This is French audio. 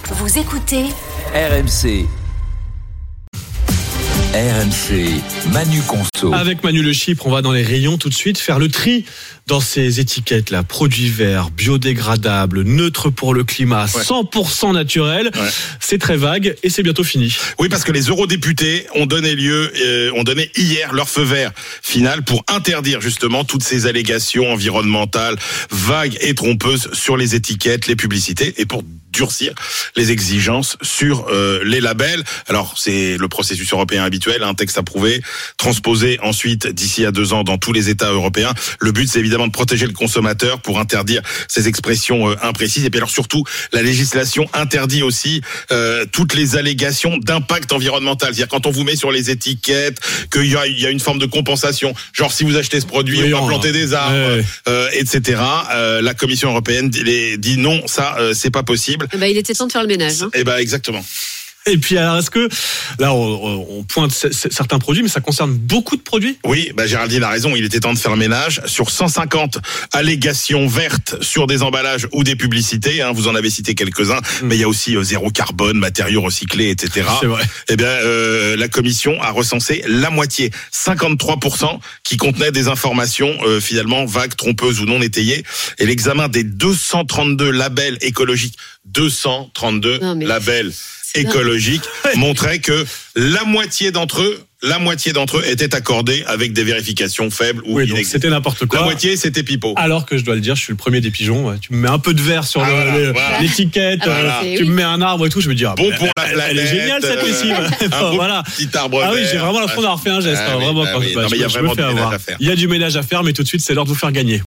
Vous écoutez RMC. RMC, Manu Conso. Avec Manu Le Chypre, on va dans les rayons tout de suite faire le tri dans ces étiquettes là. Produits verts, biodégradables, neutres pour le climat, 100% naturel. Ouais. C'est très vague et c'est bientôt fini. Oui, parce que les eurodéputés ont donné hier leur feu vert final pour interdire justement toutes ces allégations environnementales vagues et trompeuses sur les étiquettes, les publicités et pour durcir les exigences sur les labels. Alors, c'est le processus européen habituel, un texte approuvé, transposé ensuite d'ici à 2 ans dans tous les États européens. Le but, c'est évidemment de protéger le consommateur pour interdire ces expressions imprécises. Et puis alors surtout, la législation interdit aussi toutes les allégations d'impact environnemental. C'est-à-dire quand on vous met sur les étiquettes qu'il y a une forme de compensation, genre si vous achetez ce produit, on va planter des arbres, etc. La Commission européenne dit non, ça c'est pas possible. Eh ben, il était temps de faire le ménage. Eh ben, exactement. Et puis alors, est-ce que là on pointe certains produits, mais ça concerne beaucoup de produits? Oui, Géraldine a raison. Il était temps de faire le ménage sur 150 allégations vertes sur des emballages ou des publicités. Vous en avez cité quelques-uns, mais il y a aussi zéro carbone, matériaux recyclés, etc. C'est vrai. Eh bien, la Commission a recensé la moitié, 53%, qui contenaient des informations finalement vagues, trompeuses ou non étayées. Et l'examen des 232 labels écologiques, 232 labels écologique montrait que la moitié d'entre eux étaient accordés avec des vérifications faibles ou inexistantes. C'était n'importe quoi. La moitié, c'était pipeau. Alors que je dois le dire, je suis le premier des pigeons. Tu me mets un peu de verre sur l'étiquette, tu me mets un arbre et tout, je me dis bon pour la planète, elle est géniale cette lessive. Voilà. Petit arbre vert. Ah oui, j'ai vraiment l'impression d'avoir fait un geste. Vraiment, il y a vraiment du ménage à faire. Il y a du ménage à faire, mais tout de suite, c'est l'heure de vous faire gagner.